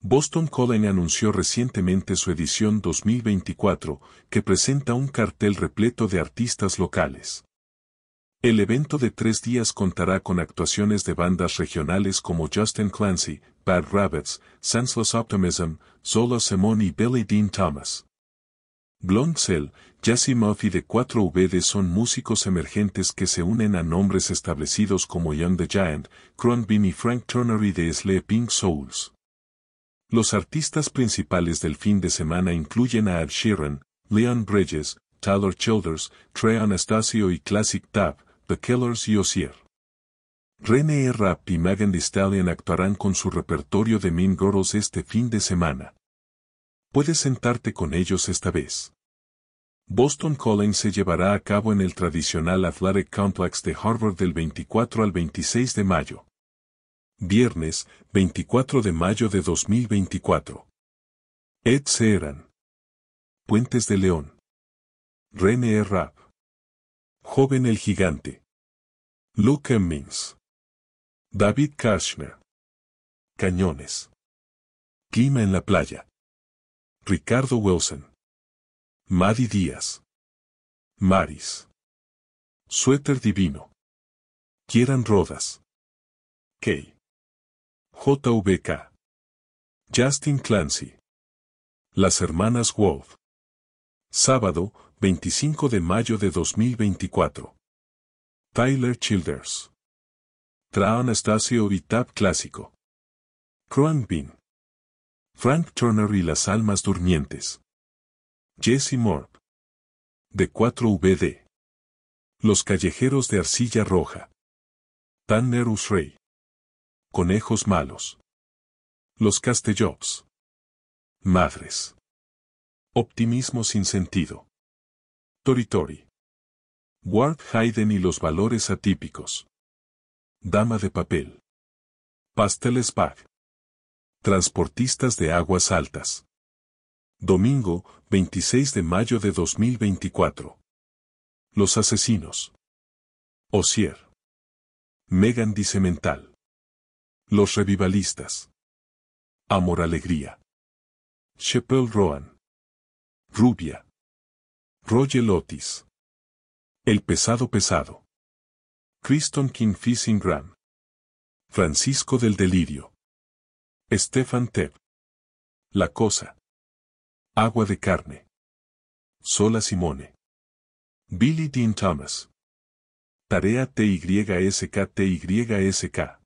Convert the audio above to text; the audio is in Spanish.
Boston Calling anunció recientemente su edición 2024, que presenta un cartel repleto de artistas locales. El evento de 3 días contará con actuaciones de bandas regionales como Justin Clancy, Bad Rabbits, Senseless Optimism, Zola Simone y Billy Dean Thomas. Blonde Cell, Jazzy Muff y The 4VD son músicos emergentes que se unen a nombres establecidos como Young the Giant, Khruangbin y Frank Turner y The Sleeping Souls. Los artistas principales del fin de semana incluyen a Ed Sheeran, Leon Bridges, Tyler Childers, Trey Anastasio y Classic Tab, The Killers y Osier. René Rapp y Megan Thee Stallion actuarán con su repertorio de Mean Girls este fin de semana. Puedes sentarte con ellos esta vez. Boston Calling se llevará a cabo en el tradicional Athletic Complex de Harvard del 24 al 26 de mayo. Viernes, 24 de mayo de 2024. Ed Sheeran. Puentes de León. René Rapp. Joven el Gigante. Luke Hemmings. David Kushner. Cañones. Clima en la playa. Ricardo Wilson. Maddie Díaz. Maris. Suéter divino. Kieran Rodas. Kay. JVK. Justin Clancy. Las hermanas Wolf. Sábado, 25 de mayo de 2024. Tyler Childers. Trey Anastasio y Tab Clásico. Khruangbin. Frank Turner y las almas durmientes. Jesse Moore. The 4VD. Los callejeros de arcilla roja. Tanner Usrey. Conejos malos. Los Castellops. Madres. Optimismo sin sentido. Tori Tori. Ward Hayden y los valores atípicos. Dama de papel. Pasteles Bag. Transportistas de aguas altas. Domingo, 26 de mayo de 2024. Los asesinos. Osier. Megan Thee Cemental. Los revivalistas. Amor Alegría. Chappelle Roan. Rubia. Roger Otis. El pesado pesado. Kristen King Fissingham. Francisco del Delirio. Stefan Tebb. La Cosa. Agua de Carne. Sola Simone. Billy Dean Thomas. Tarea TYSK.